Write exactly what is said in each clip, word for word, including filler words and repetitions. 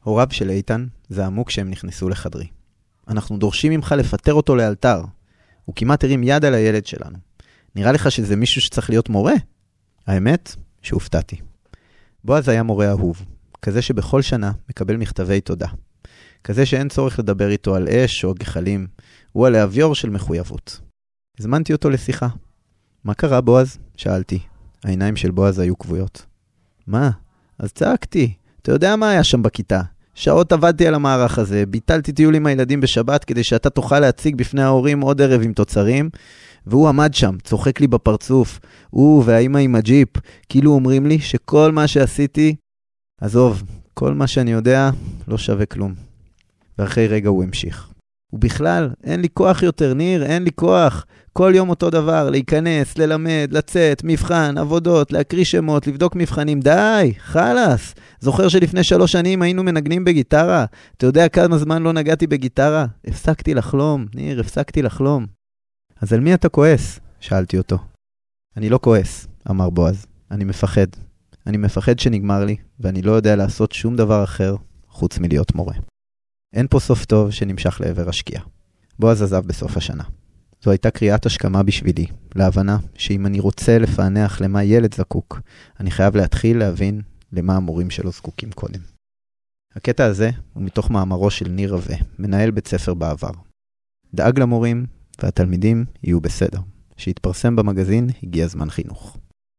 הוריו של איתן זעמו כשהם נכנסו לחדרי. אנחנו דורשים ממך לפטר אותו לאלתר. הוא כמעט הרים יד על הילד שלנו. נראה לך שזה מישהו שצריך להיות מורה? האמת שהופתעתי. בועז היה מורה אהוב, כזה שבכל שנה מקבל מכתבי תודה. כזה שאין צורך לדבר איתו על אש או גחלים, הוא על האוויור של מחויבות. הזמנתי אותו לשיחה. מה קרה, בועז? שאלתי. העיניים של בועז היו כבויות. מה? אז צעקתי. אתה יודע מה היה שם בכיתה? שעות עבדתי על המערך הזה, ביטלתי טיול עם הילדים בשבת כדי שאתה תוכל להציג בפני ההורים עוד ערב עם תוצרים, והוא עמד שם, צוחק לי בפרצוף, הוא והאמא עם הג'יפ, כאילו אומרים לי שכל מה שעשיתי, עזוב, כל מה שאני יודע לא שווה כלום. ואחרי רגע הוא המשיך. ובכלל, אין לי כוח יותר, ניר, אין לי כוח. כל יום אותו דבר, להיכנס, ללמד, לצאת, מבחן, עבודות, להקריא שמות, לבדוק מבחנים. די, חלס. זוכר שלפני שלוש שנים היינו מנגנים בגיטרה? אתה יודע כמה זמן לא נגעתי בגיטרה? הפסקתי לחלום, ניר, הפסקתי לחלום. אז על מי אתה כועס? שאלתי אותו. אני לא כועס, אמר בועז. אני מפחד. אני מפחד שנגמר לי, ואני לא יודע לעשות שום דבר אחר חוץ מלהיות מורה. אין פה סוף טוב שנמשך לעבר השקיעה. בועז עזב בסוף השנה. זו הייתה קריאת השכמה בשבילי, להבנה שאם אני רוצה לפענח למה ילד זקוק, אני חייב להתחיל להבין למה המורים שלו זקוקים קודם. הקטע הזה הוא מתוך מאמרו של ניר רווה, מנהל בית ספר בעבר. דאג למורים והתלמידים יהיו בסדר. שהתפרסם במגזין הגיע זמן חינוך.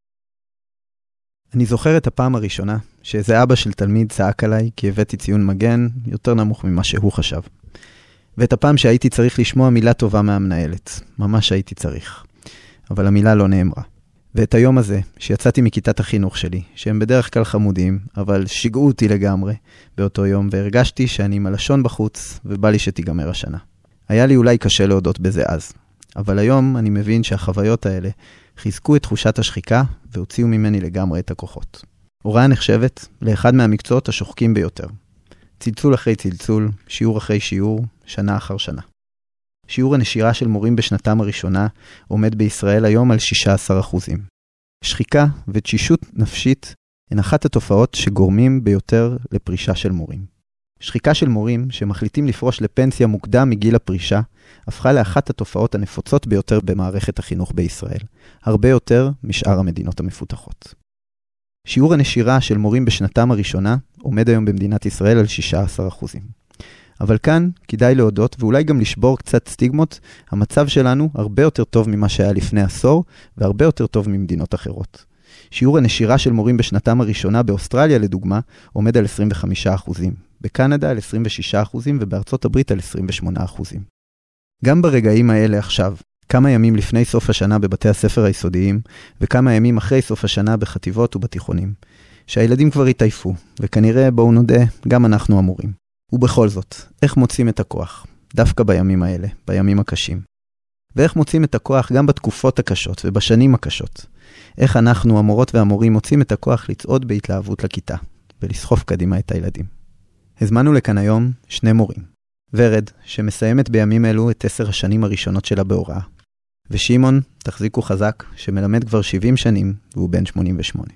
אני זוכר את הפעם הראשונה שאיזה אבא של תלמיד צעק עליי כי הבאתי ציון מגן יותר נמוך ממה שהוא חשב. ואת הפעם שהייתי צריך לשמוע מילה טובה מהמנהלת. ממש הייתי צריך. אבל המילה לא נאמרה. ואת היום הזה שיצאתי מכיתת החינוך שלי, שהם בדרך כלל חמודים, אבל שיגעו אותי לגמרי באותו יום, והרגשתי שאני עם הלשון בחוץ ובא לי שתיגמר השנה. היה לי אולי קשה להודות בזה אז. אבל היום אני מבין שהחוויות האלה חיזקו את תחושת השחיקה והוציאו ממני לגמרי את הכוחות. הוראה נחשבת לאחד מהמקצועות השוחקים ביותר. צלצול אחרי צלצול, שיעור אחרי שיעור, שנה אחר שנה. שיעור הנשירה של מורים בשנתם הראשונה עומד בישראל היום על שישה עשר אחוזים. שחיקה ותשישות נפשית הן אחת התופעות שגורמים ביותר לפרישה של מורים. שחיקה של מורים שמחליטים לפרוש לפנסיה מוקדם מגיל הפרישה, הפכה לאחת התופעות הנפוצות ביותר במערכת החינוך בישראל, הרבה יותר משאר המדינות המפותחות. שיעור הנשירה של מורים בשנתם הראשונה עומד היום במדינת ישראל על שישה עשר אחוזים. אבל כאן כדאי להודות ואולי גם לשבור קצת סטיגמות, המצב שלנו הרבה יותר טוב ממה שהיה לפני עשור והרבה יותר טוב ממדינות אחרות. שיעור הנשירה של מורים בשנתם הראשונה באוסטרליה לדוגמה עומד על עשרים וחמישה אחוזים, בקנדה על עשרים ושישה אחוזים ובארצות הברית על עשרים ושמונה אחוזים. גם ברגעים האלה עכשיו, כמה ימים לפני סוף השנה בבתי הספר היסודיים וכמה ימים אחרי סוף השנה בחטיבות ובתיכונים, שהילדים כבר התעייפו, וכנראה בואו נודה, גם אנחנו אמורים. ובכל זאת, איך מוצאים את הכוח? דווקא בימים האלה, בימים הקשים. ואיך מוצאים את הכוח גם בתקופות הקשות ובשנים הקשות? איך אנחנו, המורות והמורים, מוצאים את הכוח לצעוד בהתלהבות לכיתה, ולסחוף קדימה את הילדים? הזמנו לכאן היום שני מורים. ורד, שמסיימת בימים אלו את עשר השנים הראשונות שלה בהוראה. ושימון, תחזיקו חזק, שמלמד כבר שבעים שנים, והוא בן שמונים ושמונה.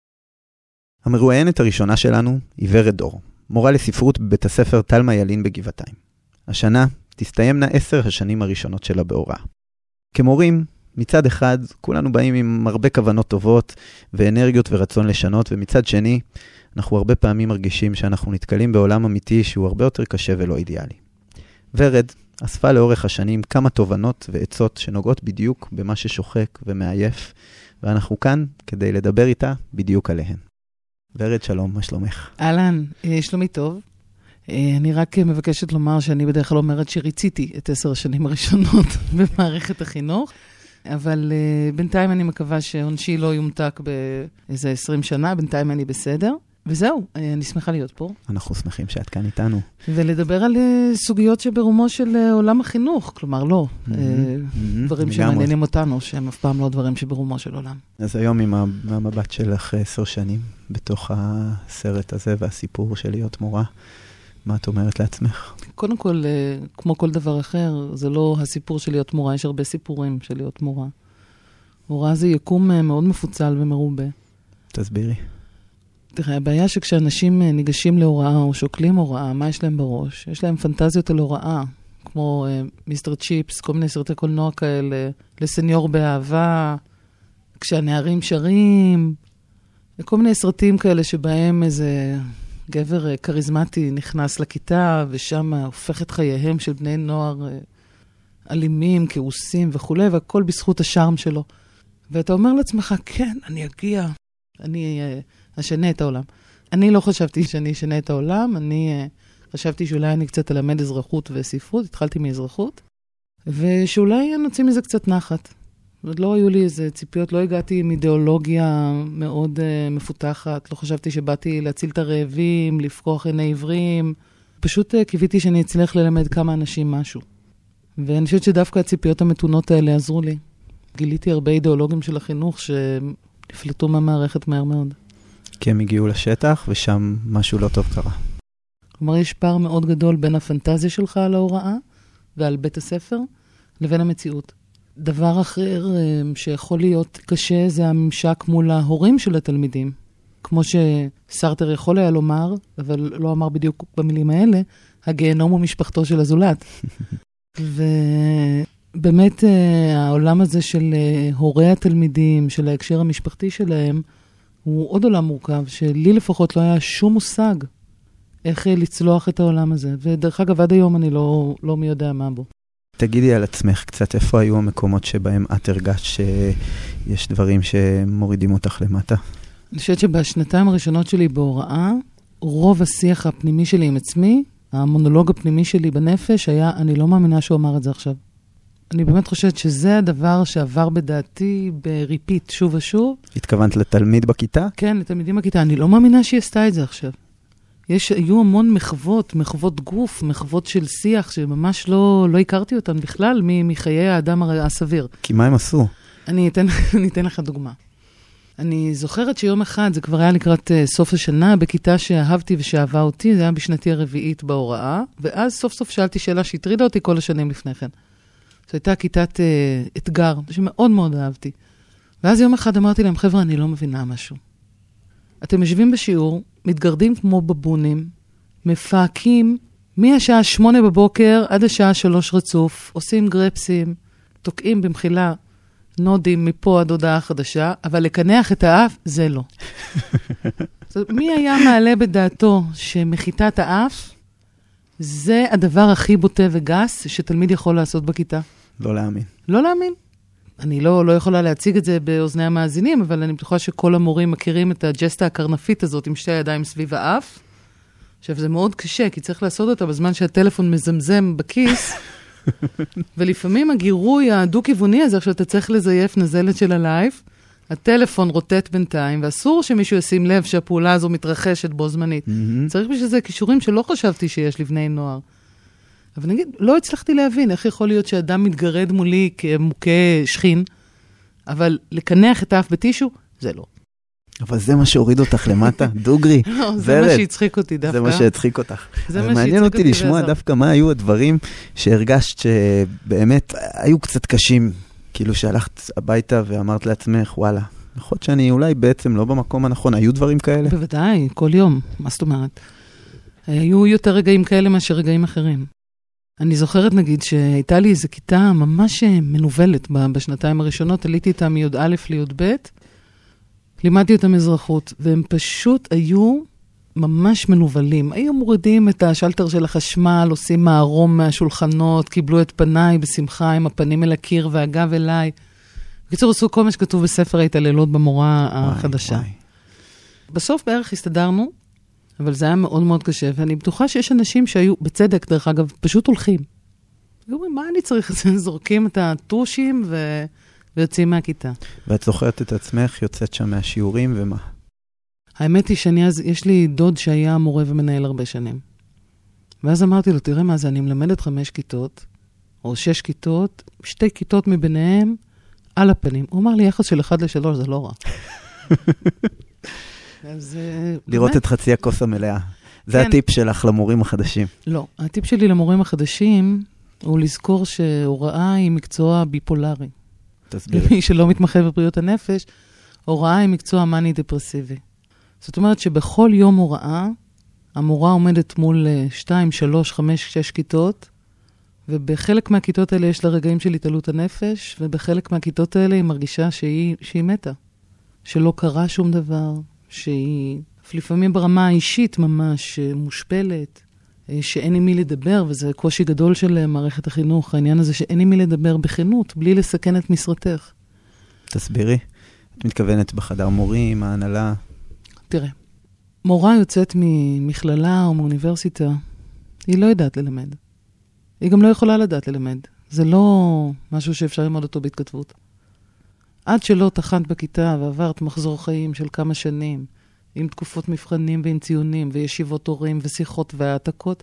המרואיינת הראשונה שלנו היא ורד דור, מורה לספרות בבית הספר תלמה ילין בגבעתיים. השנה תסתיימנה עשר השנים הראשונות שלה בהוראה. כמורים, מצד אחד, כולנו באים עם הרבה כוונות טובות ואנרגיות ורצון לשנות, ומצד שני, אנחנו הרבה פעמים מרגישים שאנחנו נתקלים בעולם אמיתי שהוא הרבה יותר קשה ולא אידיאלי. ורד אספה לאורך השנים כמה תובנות ועצות שנוגעות בדיוק במה ששוחק ומעייף, ואנחנו כאן כדי לדבר איתה בדיוק עליהן. ורד, שלום, מה שלומך? אהלן, שלומי טוב. אני רק מבקשת לומר שאני בדרך כלל אומרת שריציתי את עשר השנים הראשונות במערכת החינוך, אבל בינתיים אני מקווה שעונשי לא יומתק באיזה עשרים שנה, בינתיים אני בסדר. וזהו, אני שמחה להיות פה. אנחנו שמחים שאת כאן איתנו. ולדבר על סוגיות שברומו של עולם החינוך, כלומר לא, דברים שמעניינים אותנו, שהם אף פעם לא דברים שברומו של עולם. אז היום עם המבט שלך עשר שנים, בתוך הסרט הזה והסיפור של להיות מורה, מה את אומרת לעצמך? קודם כל, כמו כל דבר אחר, זה לא הסיפור של להיות מורה, יש הרבה סיפורים של להיות מורה. מורה זה יקום מאוד מפוצל ומרובה. תסבירי. תראה, הבעיה שכשאנשים ניגשים להוראה או שוקלים הוראה, מה יש להם בראש? יש להם פנטזיות על הוראה, כמו מיסטר צ'יפס, כל מיני סרטי קולנוע כאלה, לסניור באהבה, כשהנערים שרים, וכל מיני סרטים כאלה שבהם איזה גבר קריזמטי נכנס לכיתה, ושם הופך את חייהם של בני נוער אלימים, כעוסים וכו', והכל בזכות השארם שלו. ואתה אומר לעצמך, כן, אני אגיע, אני אשנה את העולם. אני לא חשבתי שאני אשנה את העולם, אני חשבתי שאולי אני קצת אלמד אזרחות וספרות, התחלתי מאזרחות, ושאולי נוציא מזה קצת נחת. עוד לא היו לי איזה ציפיות, לא הגעתי עם אידיאולוגיה מאוד uh, מפותחת, לא חשבתי שבאתי להציל את הרעבים, לפקוח עיני עיוורים, פשוט uh, קיוויתי שאני אצליח ללמד כמה אנשים משהו. ואני חושבת שדווקא הציפיות המתונות האלה עזרו לי. גיליתי הרבה אידיאולוגים של החינוך שנפלטו מהמערכת מהר מאוד. כי הם הגיעו לשטח ושם משהו לא טוב קרה. כלומר, יש פער מאוד גדול בין הפנטזיה שלך על ההוראה ועל בית הספר לבין המציאות. דבר אחר שיכול להיות קשה זה הממשק מול ההורים של התלמידים. כמו שסרטר יכול היה לומר, אבל לא אמר בדיוק במילים האלה, הגיהנום הוא משפחתו של הזולת. ובאמת העולם הזה של הורי התלמידים, של ההקשר המשפחתי שלהם, הוא עוד עולם מורכב, שלי לפחות לא היה שום מושג איך לצלוח את העולם הזה. ודרך אגב, עד היום אני לא, לא מי יודע מה בו. תגידי על עצמך קצת, איפה היו המקומות שבהם את הרגשת שיש דברים שמורידים אותך למטה? אני חושבת שבשנתיים הראשונות שלי בהוראה, רוב השיח הפנימי שלי עם עצמי, המונולוג הפנימי שלי בנפש היה, אני לא מאמינה שהוא אמר את זה עכשיו. אני באמת חושבת שזה הדבר שעבר בדעתי בריפיט שוב ושוב. התכוונת לתלמיד בכיתה? כן, לתלמידים בכיתה. אני לא מאמינה שהיא עשתה את זה עכשיו. יש, היו המון מחוות, מחוות גוף, מחוות של שיח, שממש לא, לא הכרתי אותן בכלל מחיי האדם הסביר. כי מה הם עשו? אני אתן, אני אתן לך דוגמה. אני זוכרת שיום אחד, זה כבר היה לקראת uh, סוף השנה, בכיתה שאהבתי ושאהבה אותי, זה היה בשנתי הרביעית בהוראה, ואז סוף סוף שאלתי שאלה שהטרידה אותי כל השנים לפני כן. זו הייתה כיתת uh, אתגר, שמאוד מאוד אהבתי. ואז יום אחד אמרתי להם, חבר'ה, אני לא מבינה משהו. אתם יושבים בשיעור, מתגרדים כמו בבונים, מפהקים מהשעה שמונה בבוקר עד השעה שלוש רצוף, עושים גרפסים, תוקעים במחילה, נודים מפה עד הודעה חדשה, אבל לקנח את האף, זה לא. מי היה מעלה בדעתו שמחיתת האף, זה הדבר הכי בוטה וגס שתלמיד יכול לעשות בכיתה? לא להאמין. לא להאמין. אני לא, לא יכולה להציג את זה באוזני המאזינים, אבל אני בטוחה שכל המורים מכירים את הג'סטה הקרנפית הזאת עם שתי הידיים סביב האף. עכשיו, זה מאוד קשה, כי צריך לעשות אותה בזמן שהטלפון מזמזם בכיס, ולפעמים הגירוי הדו-כיווני הזה, עכשיו אתה צריך לזייף נזלת של הלייב, הטלפון רוטט בינתיים, ואסור שמישהו ישים לב שהפעולה הזו מתרחשת בו זמנית. Mm-hmm. צריך בשביל זה קישורים שלא חשבתי שיש לבני נוער. אבל נגיד, לא הצלחתי להבין איך יכול להיות שאדם מתגרד מולי כמוכה שכין, אבל לקנח את האף בטישו, זה לא. אבל זה מה שהוריד אותך למטה, דוגרי. לא, זה מה שהצחיק אותי דווקא. זה מה שהצחיק אותך. זה מה שהצחיק אותי. מעניין אותי לשמוע דווקא מה היו הדברים שהרגשת שבאמת היו קצת קשים, כאילו שהלכת הביתה ואמרת לעצמך, וואלה, יכול להיות שאני אולי בעצם לא במקום הנכון, היו דברים כאלה? בוודאי, כל יום, מה זאת אומרת? היו יותר רגעים כאלה מאשר רגעים אחרים. אני זוכרת נגיד שהייתה לי איזו כיתה ממש מנובלת בשנתיים הראשונות, עליתי איתה מיוד א' ליוד ב', לימדתי אותם אזרחות, והם פשוט היו ממש מנובלים. היו מורידים את השלטר של החשמל, עושים מערום מהשולחנות, קיבלו את פניי בשמחה עם הפנים אל הקיר והגב אליי. בקיצור, עשו כל מה שכתוב בספר ההתעללות במורה החדשה. וואי. בסוף בערך הסתדרנו, אבל זה היה מאוד מאוד קשה, ואני בטוחה שיש אנשים שהיו, בצדק דרך אגב, פשוט הולכים. ואומרים, מה אני צריך? זורקים את הטושים ו... ויוצאים מהכיתה. ואת זוכרת את עצמך, יוצאת שם מהשיעורים ומה? האמת היא שאני אז, יש לי דוד שהיה מורה ומנהל הרבה שנים. ואז אמרתי לו, תראה מה זה, אני מלמדת חמש כיתות, או שש כיתות, שתי כיתות מביניהם, על הפנים. הוא אמר לי, יחס של אחד לשלוש, זה לא רע. אז, לראות באמת? את חצי הכוס המלאה. זה כן. הטיפ שלך למורים החדשים. לא, הטיפ שלי למורים החדשים, הוא לזכור שהוראה היא מקצוע ביפולרי. תסבירי. מי שלא מתמחה בבריאות הנפש, הוראה היא מקצוע מאני דפרסיבי. זאת אומרת שבכל יום הוראה, המורה עומדת מול שתיים, שלוש, חמש, שש כיתות, ובחלק מהכיתות האלה יש לה רגעים של התעלות הנפש, ובחלק מהכיתות האלה היא מרגישה שהיא, שהיא מתה. שלא קרה שום דבר, שהיא לפעמים ברמה האישית ממש מושפלת, שאין עם מי לדבר, וזה קושי גדול של מערכת החינוך, העניין הזה שאין עם מי לדבר בכנות, בלי לסכן את משרתך. תסבירי. את מתכוונת בחדר מורים, ההנהלה? תראה, מורה יוצאת ממכללה או מאוניברסיטה, היא לא יודעת ללמד. היא גם לא יכולה לדעת ללמד. זה לא משהו שאפשר ללמוד אותו בהתכתבות. עד שלא תחנת בכיתה ועברת מחזור חיים של כמה שנים, עם תקופות מבחנים ועם ציונים וישיבות הורים ושיחות והעתקות,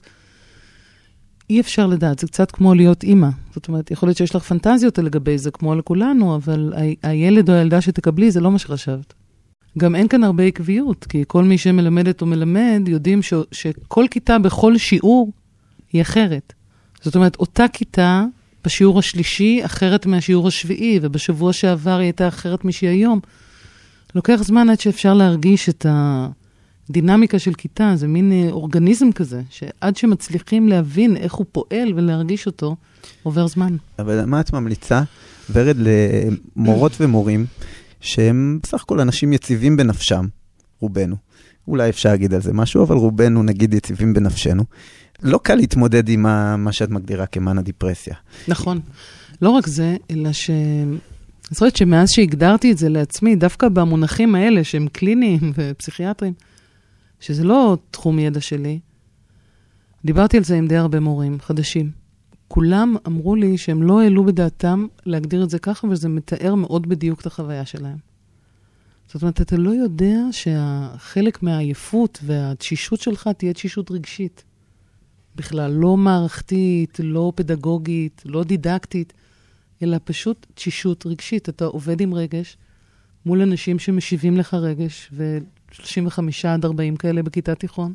אי אפשר לדעת. זה קצת כמו להיות אימא. זאת אומרת, יכול להיות שיש לך פנטזיות לגבי זה כמו לכולנו, אבל ה- הילד או הילדה שתקבלי זה לא מה שחשבת. גם אין כאן הרבה עקביות, כי כל מי שמלמדת או מלמד יודעים ש- שכל כיתה בכל שיעור היא אחרת. זאת אומרת, אותה כיתה בשיעור השלישי אחרת מהשיעור השביעי, ובשבוע שעבר היא הייתה אחרת משהיא היום. לוקח זמן עד שאפשר להרגיש את הדינמיקה של כיתה, זה מין אורגניזם כזה, שעד שמצליחים להבין איך הוא פועל ולהרגיש אותו, עובר זמן. אבל מה את ממליצה, ורד, למורות ומורים, שהם בסך הכל אנשים יציבים בנפשם, רובנו. אולי אפשר להגיד על זה משהו, אבל רובנו נגיד יציבים בנפשנו. לא קל להתמודד עם מה שאת מגדירה כמאנה דיפרסיה. נכון. לא רק זה, אלא ש... אני חושבת שמאז שהגדרתי את זה לעצמי, דווקא במונחים האלה, שהם קליניים ופסיכיאטריים, שזה לא תחום ידע שלי, דיברתי על זה עם די הרבה מורים חדשים. כולם אמרו לי שהם לא העלו בדעתם להגדיר את זה ככה, וזה מתאר מאוד בדיוק את החוויה שלהם. זאת אומרת, אתה לא יודע שהחלק מהעייפות והתשישות שלך תהיה תשישות רגשית. בכלל, לא מערכתית, לא פדגוגית, לא דידקטית, אלא פשוט תשישות רגשית. אתה עובד עם רגש מול אנשים שמשיבים לך רגש, ו-שלושים וחמישה עד ארבעים כאלה בכיתה תיכון,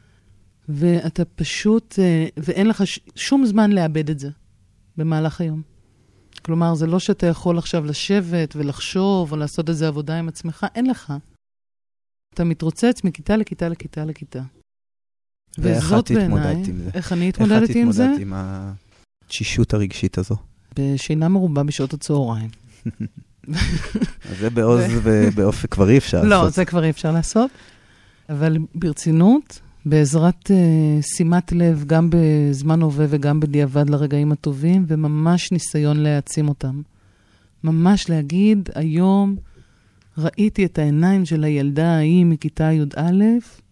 ואתה פשוט, ואין לך שום זמן לאבד את זה במהלך היום. כלומר, זה לא שאתה יכול עכשיו לשבת ולחשוב, או לעשות איזו עבודה עם עצמך, אין לך. אתה מתרוצץ מכיתה לכיתה לכיתה לכיתה. ואיך את התמודדת עם זה? איך אני התמודדתי עם זה? איך את התמודדת עם התשישות הרגשית הזו? בשינה מרובה בשעות הצהריים. אז זה בעוז ובאופק כבר אי אפשר לעשות. לא, זה כבר אי אפשר לעשות. אבל ברצינות, בעזרת uh, שימת לב, גם בזמן הווה וגם בדיעבד לרגעים הטובים, וממש ניסיון להעצים אותם. ממש להגיד, היום ראיתי את העיניים של הילדה ההיא מכיתה י"א,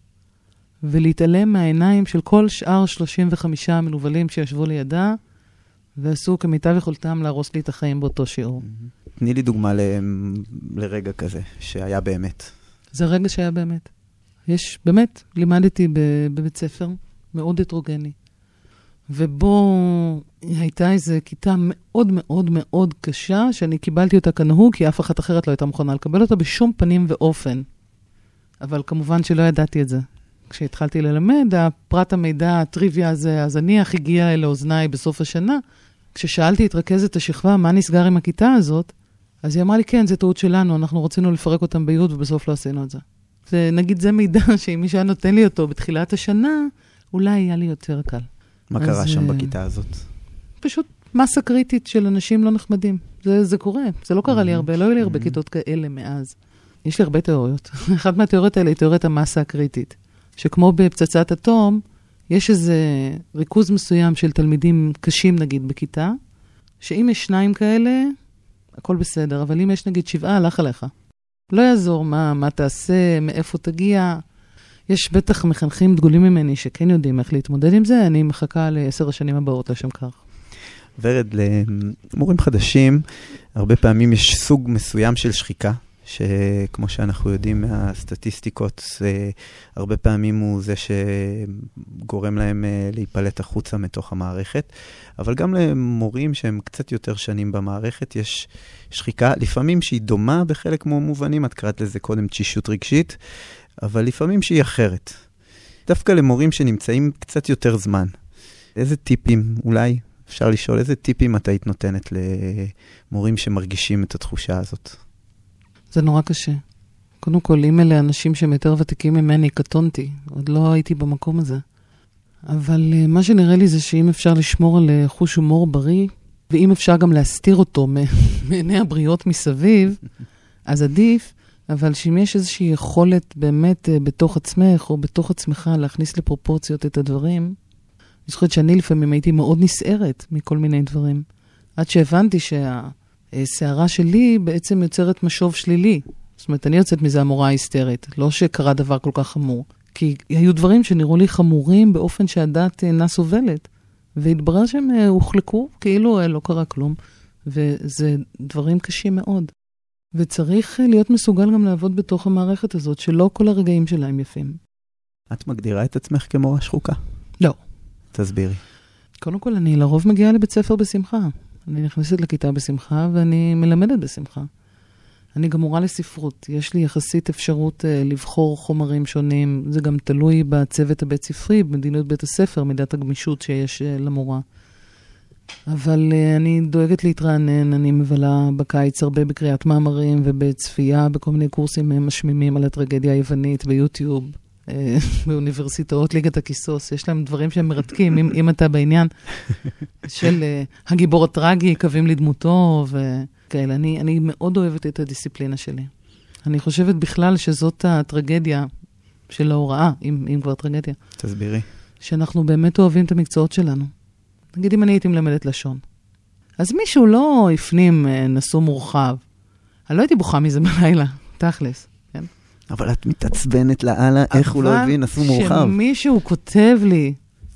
ולהתעלם מהעיניים של כל שאר שלושים וחמישה המנובלים שישבו לידה, ועשו כמיטב יכולתם להרוס לי את החיים באותו שיעור. תני לי דוגמה ל... לרגע כזה, שהיה באמת. זה רגע שהיה באמת. יש, באמת, לימדתי בבית ספר מאוד הטרוגני, ובו הייתה איזו כיתה מאוד מאוד מאוד קשה, שאני קיבלתי אותה כנהוג, כי אף אחת אחרת לא הייתה מוכנה לקבל אותה בשום פנים ואופן. אבל כמובן שלא ידעתי את זה. כשהתחלתי ללמד, הפרט המידע, הטריוויה הזה, הזניח הגיע אל האוזניי בסוף השנה. כששאלתי את רכזת השכבה, מה נסגר עם הכיתה הזאת, אז היא אמרה לי, כן, זה טעות שלנו, אנחנו רצינו לפרק אותם ביוד, ובסוף לא עשינו את זה. ונגיד, זה מידע שאם מישהו נותן לי אותו בתחילת השנה, אולי היה לי יותר קל. מה אז, קרה שם בכיתה הזאת? פשוט מסה קריטית של אנשים לא נחמדים. זה, זה קורה. זה לא קרה לי הרבה, לא היו לי הרבה כיתות כאלה מאז. יש לי הרבה תיאוריות. אחת מהתיאוריות האלה היא תיאוריית המסה הקריטית. שכמו בפצצת אטום, יש איזה ריכוז מסוים של תלמידים קשים, נגיד, בכיתה, שאם יש שניים כאלה, הכל בסדר, אבל אם יש, נגיד, שבעה, הלך עליך. לא יעזור מה, מה תעשה, מאיפה תגיע. יש בטח מחנכים דגולים ממני שכן יודעים איך להתמודד עם זה, אני מחכה לעשר השנים הבאות לשם כך. ורד, למורים חדשים, הרבה פעמים יש סוג מסוים של שחיקה, שכמו שאנחנו יודעים מהסטטיסטיקות, הרבה פעמים הוא זה שגורם להם להיפלט החוצה מתוך המערכת, אבל גם למורים שהם קצת יותר שנים במערכת, יש שחיקה, לפעמים שהיא דומה בחלק מהמובנים, את קראת לזה קודם תשישות רגשית, אבל לפעמים שהיא אחרת. דווקא למורים שנמצאים קצת יותר זמן. איזה טיפים, אולי אפשר לשאול, איזה טיפים את היית נותנת למורים שמרגישים את התחושה הזאת? זה נורא קשה. קודם כל, אם אלה אנשים שהם יותר ותיקים ממני, קטונתי. עוד לא הייתי במקום הזה. אבל uh, מה שנראה לי זה שאם אפשר לשמור על uh, חוש הומור בריא, ואם אפשר גם להסתיר אותו מעיני הבריות מסביב, אז עדיף, אבל שאם יש איזושהי יכולת באמת uh, בתוך עצמך, או בתוך עצמך להכניס לפרופורציות את הדברים, אני זוכרת שאני לפעמים הייתי מאוד נסערת מכל מיני דברים. עד שהבנתי שהשערה שלי בעצם יוצרת משוב שלילי. זאת אומרת, אני יוצאת מזה המורה ההיסטרית, לא שקרה דבר כל כך חמור. כי היו דברים שנראו לי חמורים באופן שהדעת אינה סובלת. והתברר שהם הוחלקו, כאילו לא קרה כלום. וזה דברים קשים מאוד. וצריך להיות מסוגל גם לעבוד בתוך המערכת הזאת, שלא כל הרגעים שלהם יפים. את מגדירה את עצמך כמורה שחוקה? לא. תסבירי. קודם כל, אני לרוב מגיעה לבית ספר בשמחה. אני נכנסת לכיתה בשמחה, ואני מלמדת בשמחה. אני גם מורה לספרות. יש לי יחסית אפשרות uh, לבחור חומרים שונים. זה גם תלוי בצוות הבית ספרי, במדיניות בית הספר, מידת הגמישות שיש uh, למורה. אבל uh, אני דואגת להתרענן, אני מבלה בקיץ הרבה בקריאת מאמרים ובצפייה בכל מיני קורסים משמימים על הטרגדיה היוונית ביוטיוב, uh, באוניברסיטאות ליגת הכיסוס. יש להם דברים שהם מרתקים, אם, אם אתה בעניין של uh, הגיבור הטרגי, קווים לדמותו ו... כאלה. אני, אני מאוד אוהבת את הדיסציפלינה שלי. אני חושבת בכלל שזאת הטרגדיה של ההוראה, אם, אם כבר טרגדיה. תסבירי. שאנחנו באמת אוהבים את המקצועות שלנו. נגיד אם אני הייתי מלמדת לשון. אז מישהו לא הפנים נשוא מורחב. אני לא הייתי בוכה מזה בלילה, תכלס. כן? אבל את מתעצבנת לאללה, איך הוא לא הבין נשוא מורחב. אבל שמישהו כותב לי,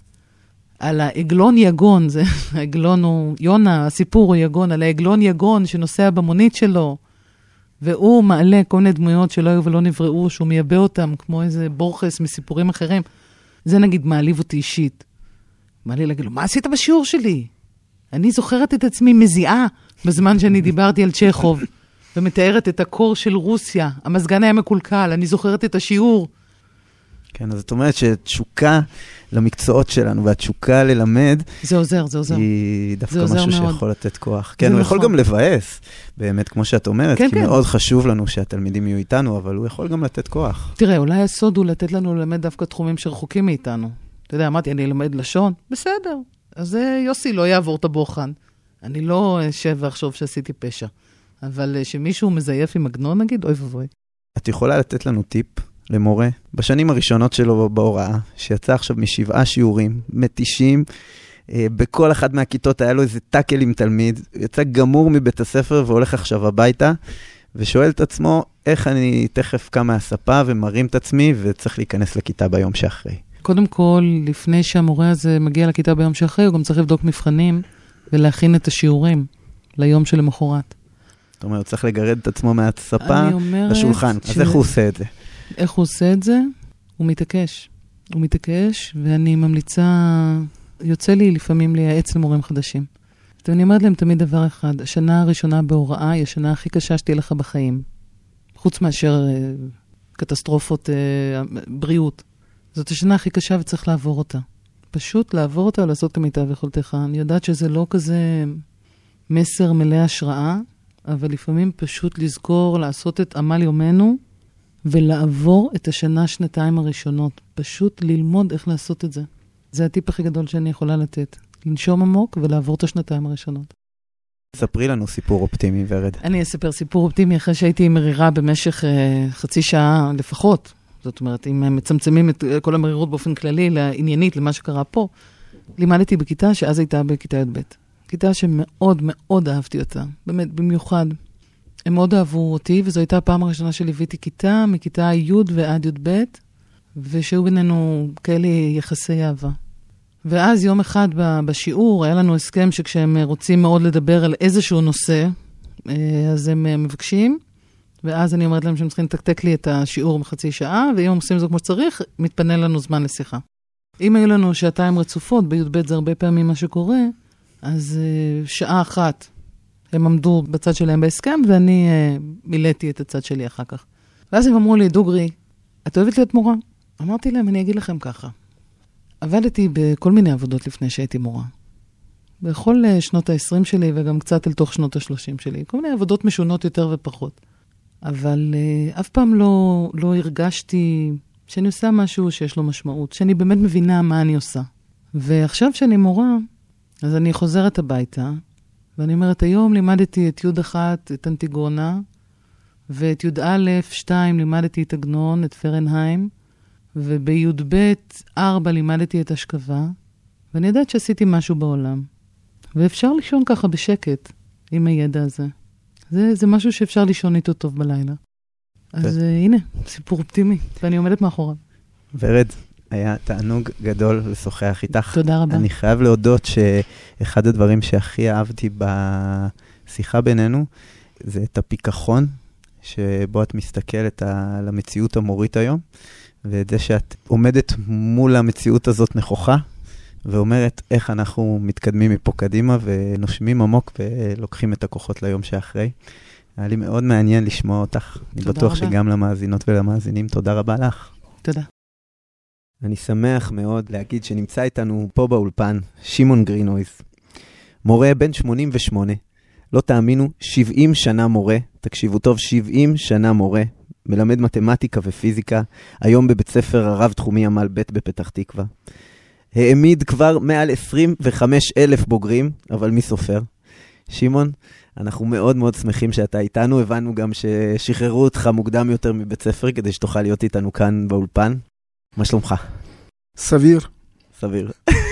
על העגלון יגון, זה, העגלון הוא, יונה, הסיפור הוא יגון, על העגלון יגון שנוסע במונית שלו, והוא מעלה כל מיני דמויות שלא היו ולא נבראו, שהוא מייבא אותם, כמו איזה בורחס מסיפורים אחרים. זה נגיד מעליב אותי אישית. מה לי להגיד לו, מה עשית בשיעור שלי? אני זוכרת את עצמי מזיעה, בזמן שאני דיברתי על צ'כוב, ומתארת את הקור של רוסיה, המזגן היה מקולקל, אני זוכרת את השיעור. כן, אז זאת אומרת שתשוקה למקצועות שלנו, והתשוקה ללמד, זה עוזר, זה עוזר. היא דווקא משהו מאוד. שיכול לתת כוח. כן, הוא נכון. יכול גם לבאס, באמת, כמו שאת אומרת, כן, כי כן. מאוד חשוב לנו שהתלמידים יהיו איתנו, אבל הוא יכול גם לתת כוח. תראה, אולי הסוד הוא לתת לנו ללמד דווקא תחומים שרחוקים מאיתנו. אתה יודע, אמרתי, אני אלמד לשון, בסדר. אז יוסי לא יעבור את הבוחן. אני לא אשב ואחשוב שעשיתי פשע. אבל שמישהו מזייף עם עגנון, נגיד, אוי ובוי. את יכולה לתת לנו טיפ למורה, בשנים הראשונות שלו בהוראה, שיצא עכשיו משבעה שיעורים, מתישים, אה, בכל אחת מהכיתות היה לו איזה טאקל עם תלמיד, יצא גמור מבית הספר והולך עכשיו הביתה, ושואל את עצמו, איך אני תכף קם מהספה ומרים את עצמי, וצריך להיכנס לכיתה ביום שאחרי. קודם כל, לפני שהמורה הזה מגיע לכיתה ביום שאחרי, הוא גם צריך לבדוק מבחנים, ולהכין את השיעורים ליום שלמחרת. זאת אומרת, צריך לגרד את עצמו מהספה לשולחן, אז איך הוא עושה את זה? איך הוא עושה את זה? הוא מתעקש. הוא מתעקש, ואני ממליצה, יוצא לי לפעמים לייעץ למורים חדשים. ואני אומרת להם תמיד דבר אחד, השנה הראשונה בהוראה היא השנה הכי קשה שתהיה לך בחיים. חוץ מאשר אה, קטסטרופות אה, בריאות. זאת השנה הכי קשה וצריך לעבור אותה. פשוט לעבור אותה ולעשות כמיטב יכולתך. אני יודעת שזה לא כזה מסר מלא השראה, אבל לפעמים פשוט לזכור, לעשות את עמל יומנו, ולעבור את השנה, שנתיים הראשונות. פשוט ללמוד איך לעשות את זה. זה הטיפ הכי גדול שאני יכולה לתת. לנשום עמוק ולעבור את השנתיים הראשונות. ספרי לנו סיפור אופטימי ורד. אני אספר סיפור אופטימי אחרי שהייתי מרירה במשך uh, חצי שעה לפחות. זאת אומרת, אם מצמצמים את כל המרירות באופן כללי, לעניינית, למה שקרה פה, לימדתי בכיתה שאז הייתה בכיתה י"ב. כיתה שמאוד מאוד אהבתי אותה. באמת, במיוחד. הם מאוד אהבו אותי, וזו הייתה הפעם הראשונה שליוויתי כיתה, מכיתה י' ועד י"ב, ושהיו בינינו כאלה יחסי אהבה. ואז יום אחד בשיעור, היה לנו הסכם שכשהם רוצים מאוד לדבר על איזשהו נושא, אז הם מבקשים, ואז אני אומרת להם שהם צריכים לתקתק לי את השיעור בחצי שעה, ואם הם עושים זאת כמו שצריך, מתפנה לנו זמן לשיחה. אם היו לנו שעתיים רצופות, בי"ב זה הרבה פעמים מה שקורה, אז שעה אחת הם עמדו בצד שלהם בהסכם, ואני מילאתי את הצד שלי אחר כך. ואז הם אמרו לי, דוגרי, את אוהבת להיות מורה? אמרתי להם, אני אגיד לכם ככה. עבדתי בכל מיני עבודות לפני שהייתי מורה. בכל שנות ה-עשרים שלי, וגם קצת אל תוך שנות ה-שלושים שלי. כל מיני עבודות משונות יותר ופחות. אבל uh, אף פעם לא, לא הרגשתי שאני עושה משהו שיש לו משמעות, שאני באמת מבינה מה אני עושה. ועכשיו שאני מורה, אז אני חוזרת הביתה, ואני אומרת, היום לימדתי את י' אחת, את אנטיגונה, ואת י' א', שתיים לימדתי את עגנון, את פרנהיים, ובי' ב', ארבע לימדתי את אשכבה, ואני יודעת שעשיתי משהו בעולם. ואפשר לישון ככה בשקט עם הידע הזה. זה, זה משהו שאפשר לישון איתו טוב בלילה. אז uh, הנה, סיפור אופטימי, ואני עומדת מאחוריו. ורד, היה תענוג גדול לשוחח איתך. תודה רבה. אני חייב להודות שאחד הדברים שהכי אהבתי בשיחה בינינו, זה את הפיקחון, שבו את מסתכלת על המציאות המורית היום, ואת זה שאת עומדת מול המציאות הזאת נכוחה, ואומרת איך אנחנו מתקדמים מפה קדימה, ונושמים עמוק ולוקחים את הכוחות ליום שאחרי. היה לי מאוד מעניין לשמוע אותך. אני בטוח רבה. שגם למאזינות ולמאזינים, תודה רבה לך. תודה. אני שמח מאוד להגיד שנמצא איתנו פה באולפן, שמעון גרינויז. מורה בן שמונים ושמונה, לא תאמינו, שבעים שנה מורה, תקשיבו טוב, שבעים שנה מורה, מלמד מתמטיקה ופיזיקה, היום בבית ספר הרב-תחומי עמל ב' בפתח תקווה. העמיד כבר מעל עשרים וחמישה אלף בוגרים, אבל מי סופר? שמעון, אנחנו מאוד מאוד שמחים שאתה איתנו, הבנו גם ששחררו אותך מוקדם יותר מבית ספר, כדי שתוכל להיות איתנו כאן באולפן. מה שלומך? סביר. סביר.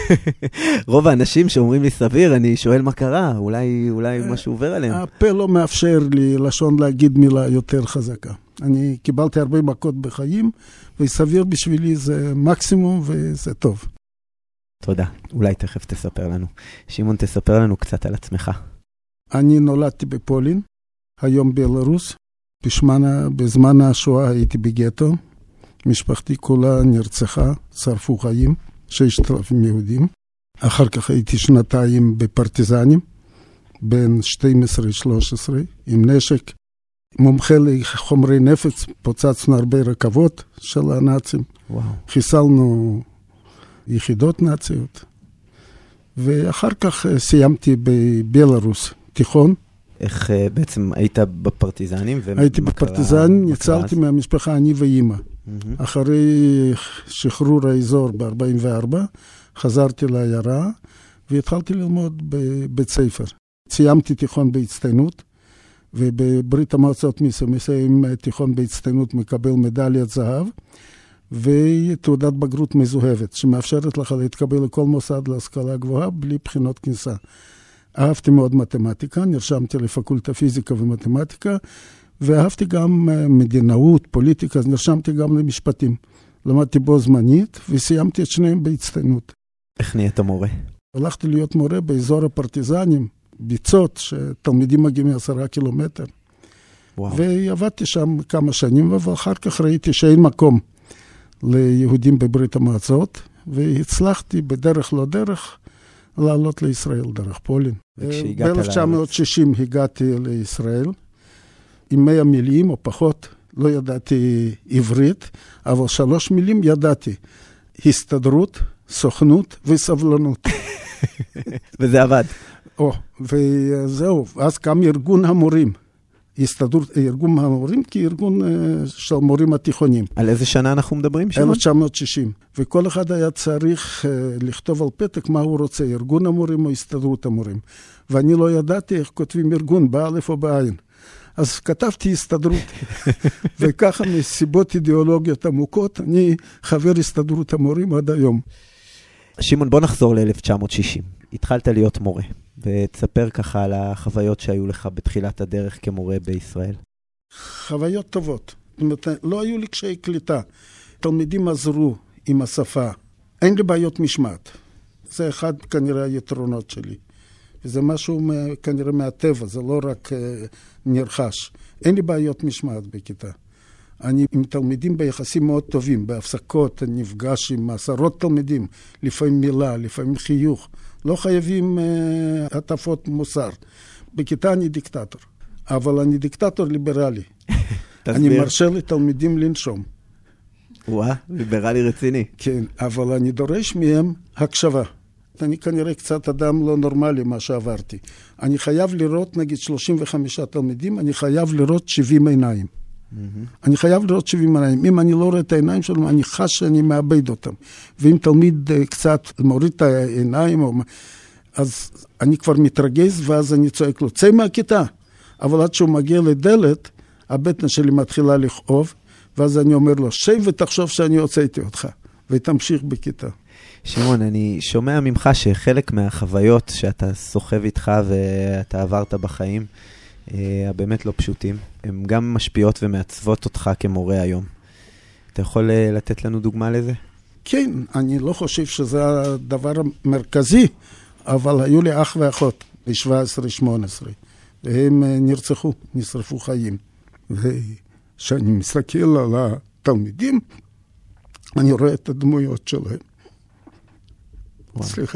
רוב האנשים שאומרים לי סביר, אני שואל מה קרה, אולי, אולי משהו עובר עליהם. הפה לא מאפשר לי לשון להגיד מילה יותר חזקה. אני קיבלתי הרבה מכות בחיים, וסביר בשבילי זה מקסימום וזה טוב. תודה. אולי תכף תספר לנו. שמעון, תספר לנו קצת על עצמך. אני נולדתי בפולין, היום בלרוס. בשמנה, בזמן השואה הייתי בגטו. משפחתי כולה נרצחה, שרפו חיים, ששת אלפים יהודים. אחר כך הייתי שנתיים בפרטיזנים, בין שתים עשרה שלוש עשרה, עם נשק. מומחה לחומרי נפץ, פוצצנו הרבה רכבות של הנאצים. וואו. חיסלנו יחידות נאציות. ואחר כך סיימתי בבלרוס, תיכון. איך uh, בעצם היית בפרטיזנים? הייתי בפרטיזנים, ניצלתי מהמשפחה, אני ואימא. Mm-hmm. אחרי שחרור האזור ב-ארבעים וארבע, חזרתי לעיירה, והתחלתי ללמוד בבית ספר. סיימתי תיכון בהצטיינות, ובברית המועצות מסיים תיכון בהצטיינות מקבל מדליית זהב, ותעודת בגרות מזוהבת, שמאפשרת לך להתקבל לכל מוסד להשכלה גבוהה, בלי בחינות כניסה. אהבתי מאוד מתמטיקה, נרשמתי לפקולטה פיזיקה ומתמטיקה, ואהבתי גם מדינאות, פוליטיקה, אז נרשמתי גם למשפטים. למדתי בו זמנית, וסיימתי את שניהם בהצטיינות. איך נהיית מורה? הלכתי להיות מורה באזור הפרטיזנים, ביצות, שתלמידים מגיעים מעשרה קילומטר. וואו. ועבדתי שם כמה שנים, ואחר כך ראיתי שאין מקום ליהודים בברית המועצות, והצלחתי בדרך לא דרך לעלות לישראל, דרך פולין. ב-אלף תשע מאות שישים הגעתי לישראל, עם מאה מילים או פחות, לא ידעתי עברית, אבל שלוש מילים ידעתי. הסתדרות, סוכנות וסבלנות. וזה עבד. או, וזהו, אז קם ארגון המורים. הסתדרות, ארגון המורים כארגון של מורים התיכונים. על איזה שנה אנחנו מדברים? אלף תשע מאות שישים. וכל אחד היה צריך לכתוב על פתק מה הוא רוצה, ארגון המורים או הסתדרות המורים. ואני לא ידעתי איך כותבים ארגון, באלף או בעין. אז כתבתי הסתדרות. וככה מסיבות אידיאולוגיות עמוקות, אני חבר הסתדרות המורים עד היום. שמעון, בוא נחזור ל-אלף תשע מאות שישים. התחלת להיות מורה, ותספר ככה על החוויות שהיו לך בתחילת הדרך כמורה בישראל. חוויות טובות. זאת אומרת, לא היו לי קשיי קליטה. תלמידים עזרו עם השפה. אין לי בעיות משמעת. זה אחד כנראה היתרונות שלי. וזה משהו כנראה מהטבע, זה לא רק נרחש. אין לי בעיות משמעת בכיתה. אני עם תלמידים ביחסים מאוד טובים, בהפסקות, אני נפגש עם עשרות תלמידים, לפעמים מילה, לפעמים חיוך. לא חייבים uh, הטפות מוסר. בכיתה אני דיקטטור, אבל אני דיקטטור ליברלי. אני מרשה לתלמידים לנשום. וואה, ליברלי רציני. כן, אבל אני דורש מהם הקשבה. אני כנראה קצת אדם לא נורמלי מה שעברתי. אני חייב לראות, נגיד שלושים וחמישה תלמידים, אני חייב לראות שבעים עיניים. אני חייב לראות שבעים עיניים. אם אני לא רואה את העיניים שלו, אני חש שאני מאבד אותם. ואם תלמיד קצת מוריד את העיניים, אז אני כבר מתרגז, ואז אני צועק לו, צא מהכיתה. אבל עד שהוא מגיע לדלת, הבטן שלי מתחילה לכאוב, ואז אני אומר לו, שב ותחשוב שאני הוצאתי אותך, ותמשיך בכיתה. שמעון, אני שומע ממך שחלק מהחוויות שאתה סוחב איתך ואתה עברת בחיים, הבאמת לא פשוטים, הן גם משפיעות ומעצבות אותך כמורה היום. אתה יכול לתת לנו דוגמה לזה? כן, אני לא חושב שזה הדבר המרכזי, אבל היו לי אח ואחות ב-שבע עשרה שמונה עשרה, והם נרצחו, נשרפו חיים. וכשאני מסתכל על התלמידים, אני רואה את הדמויות שלהם. וואו. סליחה.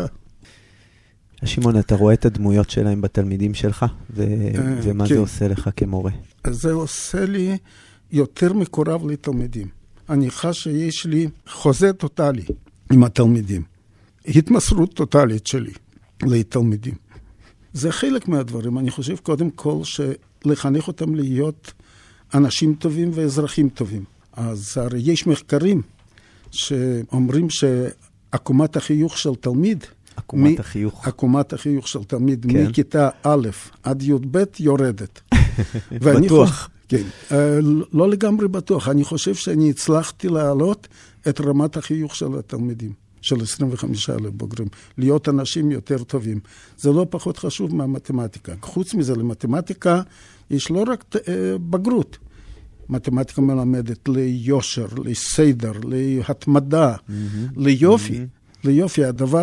שמעון, אתה רואה את הדמויות שלהם בתלמידים שלך, ו... ומה כן. זה עושה לך כמורה? זה עושה לי יותר מקורב לתלמידים. אני חש שיש לי חוזה טוטלי עם התלמידים. התמסרות טוטלית שלי לתלמידים. זה חלק מהדברים. אני חושב קודם כל שלחנך אותם להיות אנשים טובים ואזרחים טובים. אז הרי יש מחקרים שאומרים שעקומת החיוך של תלמיד, עקומת החיוך. עקומת החיוך של תלמיד מכיתה א' עד י' ב' יורדת. בטוח. כן, לא לגמרי בטוח. אני חושב שאני הצלחתי להעלות את רמת החיוך של התלמידים, של עשרים וחמישה אלף בוגרים, להיות אנשים יותר טובים. זה לא פחות חשוב מהמתמטיקה. חוץ מזה, למתמטיקה יש לא רק בגרות. מתמטיקה מלמדת ליושר, לסדר, להתמדה, ליופי. ליופי, הדבר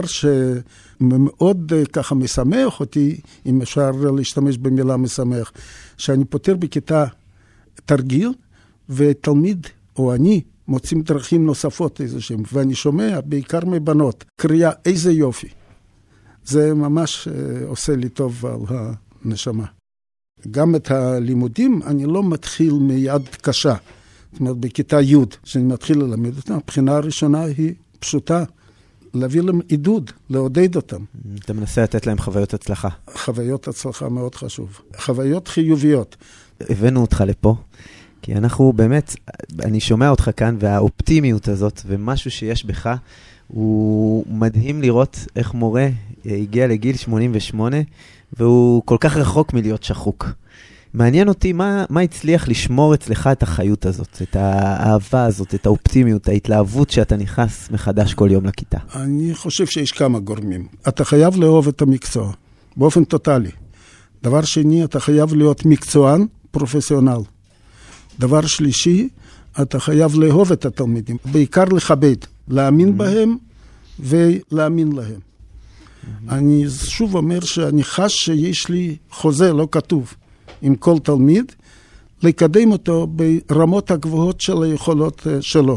שמאוד ככה משמח אותי, אם אפשר להשתמש במילה משמח, שאני פותר בכיתה תרגיל, ותלמיד או אני מוצאים דרכים נוספות איזשהם, ואני שומע בעיקר מבנות, קריאה איזה יופי. זה ממש עושה לי טוב על הנשמה. גם את הלימודים אני לא מתחיל מיד קשה. זאת אומרת, בכיתה י' שאני מתחיל ללמד אותם, הבחינה הראשונה היא פשוטה. להביא להם עידוד, לעודד אותם. אתה מנסה לתת להם חוויות הצלחה. חוויות הצלחה מאוד חשוב. חוויות חיוביות. הבאנו אותך לפה, כי אנחנו באמת, אני שומע אותך כאן, והאופטימיות הזאת, ומשהו שיש בך, הוא מדהים לראות איך מורה הגיע לגיל שמונים ושמונה, והוא כל כך רחוק מלהיות שחוק. מעניין אותי מה, מה הצליח לשמור אצלך את החיות הזאת, את האהבה הזאת, את האופטימיות, ההתלהבות שאתה נכנס מחדש כל יום לכיתה. אני חושב שיש כמה גורמים. אתה חייב לאהוב את המקצוע, באופן טוטלי. דבר שני, אתה חייב להיות מקצוען, פרופסיונל. דבר שלישי, אתה חייב לאהוב את התלמידים, בעיקר לכבד, להאמין mm-hmm. בהם ולהאמין להם. Mm-hmm. אני שוב אומר שאני חש שיש לי חוזה לא כתוב. עם כל תלמיד, לקדם אותו ברמות הגבוהות של היכולות שלו,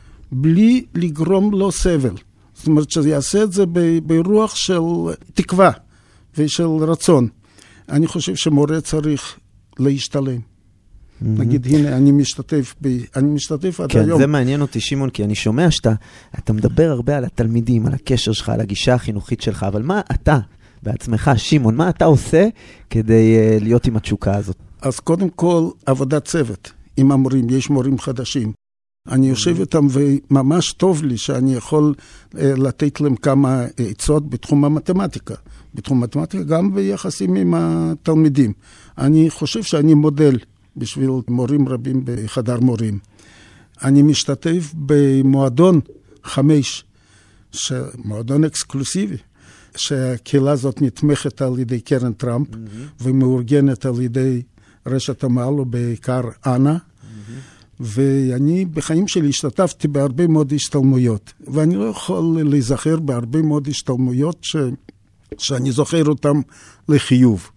בלי לגרום לו סבל. זאת אומרת שזה יעשה את זה ברוח של תקווה ושל רצון. אני חושב שמורה צריך להשתלם. Mm-hmm. נגיד, הנה, אני משתתף, ב... אני משתתף עד כן, היום. כן, זה מעניין אותי, שמעון, כי אני שומע שאתה, אתה מדבר הרבה על התלמידים, על הקשר שלך, על הגישה החינוכית שלך, אבל מה אתה... בעצמך, שמעון, מה אתה עושה כדי uh, להיות עם התשוקה הזאת? אז קודם כל, עבודת צוות עם המורים, יש מורים חדשים. אני יושב איתם וממש טוב לי שאני יכול uh, לתת להם כמה עצות בתחום המתמטיקה. בתחום המתמטיקה גם ביחסים עם התלמידים. אני חושב שאני מודל בשביל מורים רבים בחדר מורים. אני משתתף במועדון חמש, מועדון אקסקלוסיבי. שהקהילה הזאת נתמכת על ידי קרן טראמפ, mm-hmm. ומאורגנת על ידי רשת המעלו, בעיקר אנה. Mm-hmm. ואני בחיים שלי השתתפתי בהרבה מאוד השתלמויות, ואני לא יכול להיזכר בהרבה מאוד השתלמויות ש... שאני זוכר אותן לחיוב.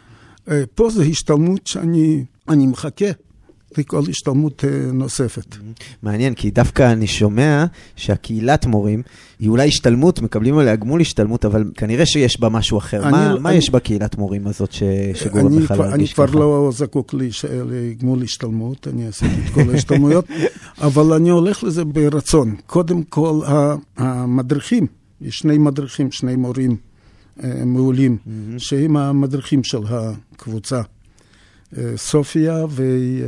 פה זו השתלמות שאני אני מחכה לכל השתלמות נוספת. מעניין, כי דווקא אני שומע שהקהילת מורים היא אולי השתלמות, מקבלים עליה גמול השתלמות, אבל כנראה שיש בה משהו אחר. מה, מה יש בקהילת מורים הזאת שגורם לך להרגיש אני כבר לא זקוק לגמול השתלמות, אני עשיתי את כל ההשתלמויות, אבל אני הולך לזה ברצון. קודם כל, המדריכים, יש שני מדריכים, שני מורים מעולים, שהם המדריכים של הקבוצה. סופיה ו...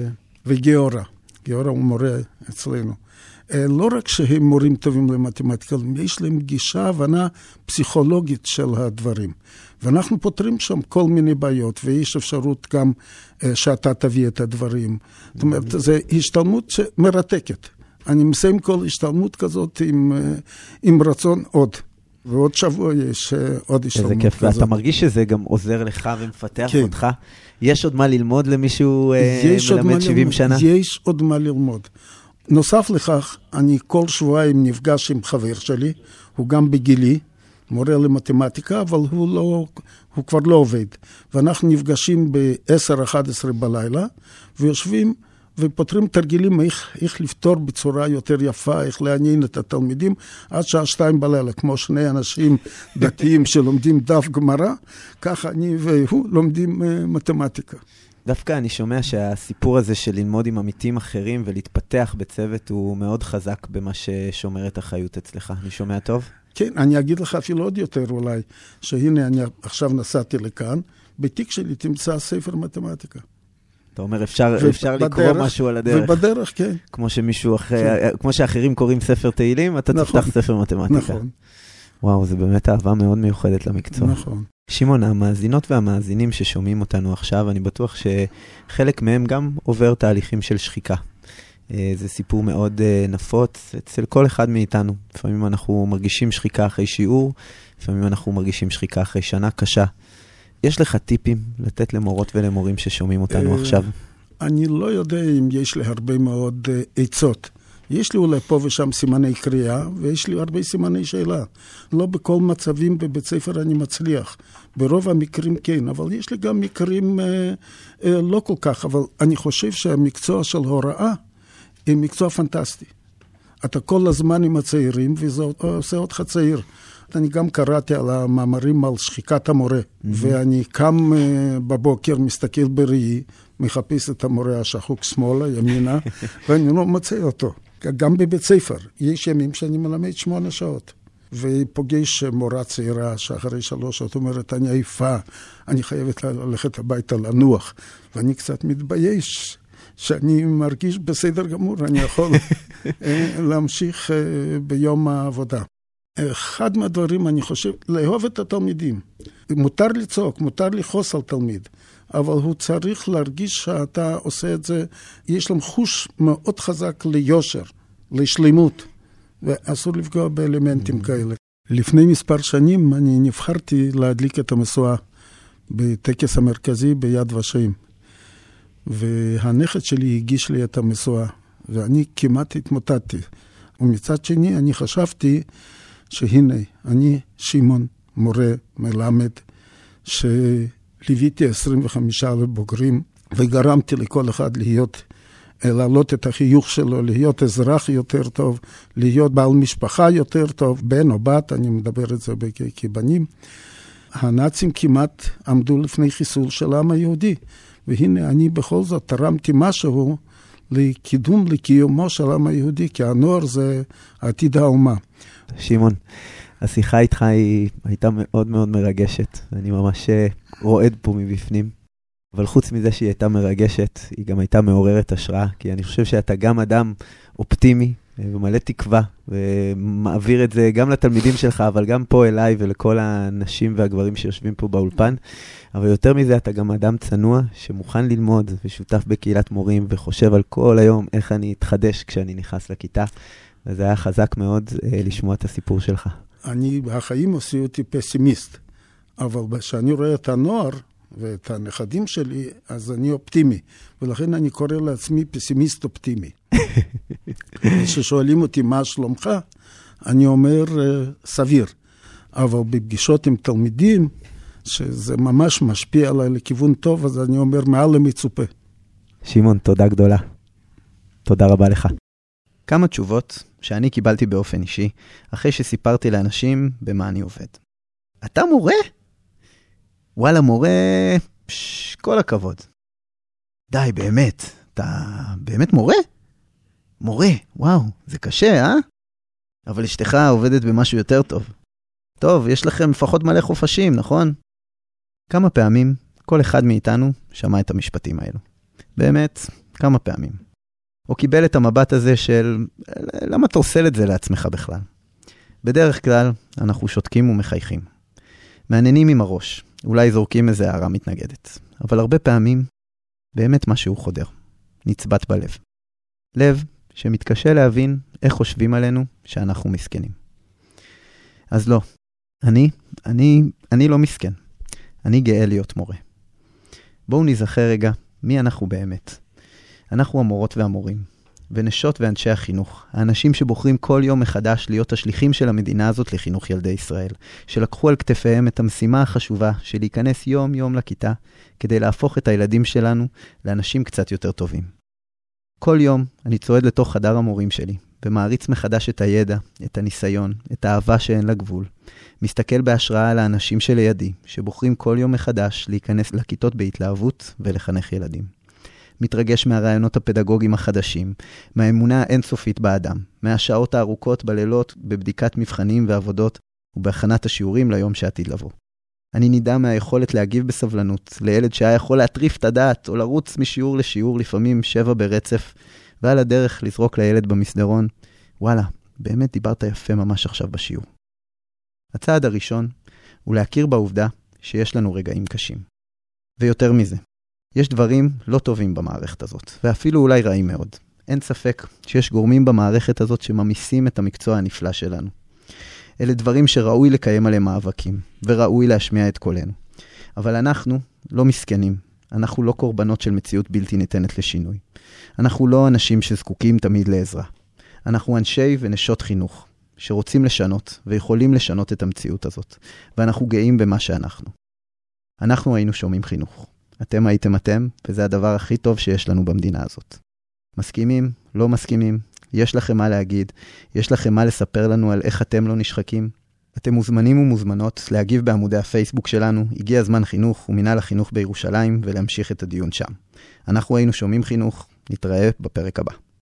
וגיאורה. גיאורה הוא מורה אצלנו. לא רק שהם מורים טובים למתמטיקה, יש להם גישה, הבנה פסיכולוגית של הדברים. ואנחנו פותרים שם כל מיני בעיות, ויש אפשרות גם שאתה תביא את הדברים. זאת אומרת, זו השתלמות מרתקת. אני מסיים כל השתלמות כזאת עם, עם רצון עוד. ועוד שבוע יש עוד השתלמות כזאת. איזה כיף, ואתה מרגיש שזה גם עוזר לך ומפתח כן. אותך? יש עוד מה ללמוד למישהו מלמד שבעים שנה? יש עוד מה ללמוד. נוסף לכך, אני כל שבועיים נפגש עם חבר שלי, הוא גם בגילי, מורה למתמטיקה, אבל הוא, לא, הוא כבר לא עובד. ואנחנו נפגשים ב-עשר אחת עשרה בלילה, ויושבים ופותרים תרגילים איך, איך לפתור בצורה יותר יפה, איך לעניין את התלמידים, עד שעה שתיים בלילה, כמו שני אנשים דתיים שלומדים דף גמרא, ככה אני והוא לומדים מתמטיקה. דווקא אני שומע שהסיפור הזה של ללמוד עם עמיתים אחרים ולהתפתח בצוות הוא מאוד חזק במה ששומר את החיות אצלך. אני שומע טוב? כן, אני אגיד לך אפילו עוד יותר אולי, שהנה אני עכשיו נסעתי לכאן, בתיק שלי תמצא ספר מתמטיקה. אתה אומר, אפשר, אפשר לקרוא משהו על הדרך. ובדרך, כן. כמו שמישהו אחר, כן. כמו שאחרים קוראים ספר תהילים, אתה נכון. תפתח ספר מתמטיקה. נכון. וואו, זה באמת אהבה מאוד מיוחדת למקצוע. נכון. שמעון, המאזינות והמאזינים ששומעים אותנו עכשיו, אני בטוח שחלק מהם גם עובר תהליכים של שחיקה. זה סיפור מאוד נפוץ אצל כל אחד מאיתנו. לפעמים אנחנו מרגישים שחיקה אחרי שיעור, לפעמים אנחנו מרגישים שחיקה אחרי שנה קשה. יש לך טיפים לתת למורות ולמורים ששומעים אותנו עכשיו? אני לא יודע אם יש לי הרבה מאוד עצות. יש לי אולי פה ושם סימני קריאה, ויש לי הרבה סימני שאלה. לא בכל מצבים בבית ספר אני מצליח. ברוב המקרים כן, אבל יש לי גם מקרים אה, אה, לא כל כך. אבל אני חושב שהמקצוע של הוראה הוא מקצוע פנטסטי. אתה כל הזמן עם הצעירים, וזה עושה אותך צעיר. אני גם קראתי על המאמרים על שחיקת המורה, mm-hmm. ואני קם uh, בבוקר, מסתכל בראי, מחפש את המורה השחוק שמאלה, ימינה, ואני לא מוצא אותו. גם בבית ספר, יש ימים שאני מלמד שמונה שעות, ופוגש מורה צעירה שאחרי שלוש שעות אומרת, אני עייפה, אני חייבת ללכת הביתה לנוח, ואני קצת מתבייש. שאני מרגיש בסדר גמור, אני יכול להמשיך ביום העבודה. אחד מהדברים, אני חושב, לאהוב את התלמידים. מותר לצעוק, מותר לכעוס על תלמיד, אבל הוא צריך להרגיש שאתה עושה את זה, יש להם חוש מאוד חזק ליושר, לשלימות, ואסור לפגוע באלמנטים כאלה. לפני מספר שנים אני נבחרתי להדליק את המשואה בטקס המרכזי ביד ושם. והנכד שלי הגיש לי את המשואה, ואני כמעט התמוטטתי. ומצד שני, אני חשבתי שהנה, אני שמעון, מורה, מלמד, שליוויתי עשרים וחמישה בוגרים, וגרמתי לכל אחד להיות, להעלות את החיוך שלו, להיות אזרח יותר טוב, להיות בעל משפחה יותר טוב, בן או בת, אני מדבר את זה כבנים. הנאצים כמעט עמדו לפני חיסול של העם היהודי. והנה אני בכל זאת תרמתי משהו לקידום, לקיומו של העם היהודי, כי הנוער זה עתיד האומה. שמעון, השיחה איתך היא הייתה מאוד מאוד מרגשת. אני ממש רועד פה מבפנים. אבל חוץ מזה שהיא הייתה מרגשת, היא גם הייתה מעוררת השראה, כי אני חושב שאתה גם אדם אופטימי ומלא תקווה, ומעביר את זה גם לתלמידים שלך, אבל גם פה אליי ולכל האנשים והגברים שיושבים פה באולפן. אבל יותר מזה, אתה גם אדם צנוע שמוכן ללמוד ושותף בקהילת מורים, וחושב על כל היום איך אני אתחדש כשאני נכנס לכיתה. וזה היה חזק מאוד אה, לשמוע את הסיפור שלך. אני, החיים עושים אותי פסימיסט, אבל כשאני רואה את הנוער ואת הנכדים שלי, אז אני אופטימי. ולכן אני קורא לעצמי פסימיסט אופטימי. כששואלים אותי מה שלומך, אני אומר סביר. אבל בפגישות עם תלמידים, שזה ממש משפיע עליי לכיוון טוב, אז אני אומר מעל למצופה. שמעון, תודה גדולה. תודה רבה לך. כמה תשובות שאני קיבלתי באופן אישי, אחרי שסיפרתי לאנשים במה אני עובד. אתה מורה? וואלה, מורה, פש, כל הכבוד. די, באמת. אתה באמת מורה? מורה, וואו, זה קשה, אה? אבל אשתך עובדת במשהו יותר טוב. טוב, יש לכם לפחות מלא חופשים, נכון? כמה פעמים כל אחד מאיתנו שמע את המשפטים האלו. באמת, כמה פעמים. או קיבל את המבט הזה של, למה אתה עושה את זה לעצמך בכלל? בדרך כלל, אנחנו שותקים ומחייכים. מעניינים עם הראש, אולי זורקים איזה הערה מתנגדת. אבל הרבה פעמים, באמת משהו חודר. נצבט בלב. לב שמתקשה להבין איך חושבים עלינו שאנחנו מסכנים. אז לא, אני, אני, אני לא מסכן. אני גאה להיות מורה. בואו נזכר רגע מי אנחנו באמת. אנחנו המורות והמורים, ונשות ואנשי החינוך, האנשים שבוחרים כל יום מחדש להיות השליחים של המדינה הזאת לחינוך ילדי ישראל, שלקחו על כתפיהם את המשימה החשובה של להיכנס יום יום לכיתה, כדי להפוך את הילדים שלנו לאנשים קצת יותר טובים. כל יום אני צועד לתוך חדר המורים שלי, ומעריץ מחדש את הידע, את הניסיון, את האהבה שאין לה גבול. מסתכל בהשראה על האנשים שלידי, שבוחרים כל יום מחדש להיכנס לכיתות בהתלהבות ולחנך ילדים. מתרגש מהרעיונות הפדגוגיים החדשים, מהאמונה האינסופית באדם, מהשעות הארוכות בלילות בבדיקת מבחנים ועבודות ובהכנת השיעורים ליום שעתיד לבוא. אני נידע מהיכולת להגיב בסבלנות לילד שהיה יכול להטריף את הדעת או לרוץ משיעור לשיעור לפעמים שבע ברצף, ועל הדרך לזרוק לילד במסדרון, וואלה, באמת דיברת יפה ממש עכשיו בשיעור. הצעד הראשון הוא להכיר בעובדה שיש לנו רגעים קשים. ויותר מזה, יש דברים לא טובים במערכת הזאת, ואפילו אולי רעים מאוד. אין ספק שיש גורמים במערכת הזאת שממיסים את המקצוע הנפלא שלנו. אלה דברים שראוי לקיים עליהם מאבקים, וראוי להשמיע את קולנו. אבל אנחנו לא מסכנים, אנחנו לא קורבנות של מציאות בלתי ניתנת לשינוי. אנחנו לא אנשים שזקוקים תמיד לעזרה. אנחנו אנשי ונשות חינוך, שרוצים לשנות ויכולים לשנות את המציאות הזאת, ואנחנו גאים במה שאנחנו. אנחנו היינו שומעים חינוך. אתם הייתם אתם, וזה הדבר הכי טוב שיש לנו במדינה הזאת. מסכימים? לא מסכימים? יש לכם מה להגיד? יש לכם מה לספר לנו על איך אתם לא נשחקים? אתם מוזמנים ומוזמנות להגיב בעמודי הפייסבוק שלנו, הגיע זמן חינוך ומינהל החינוך בירושלים, ולהמשיך את הדיון שם. אנחנו היינו שומעים חינוך, נתראה בפרק הבא.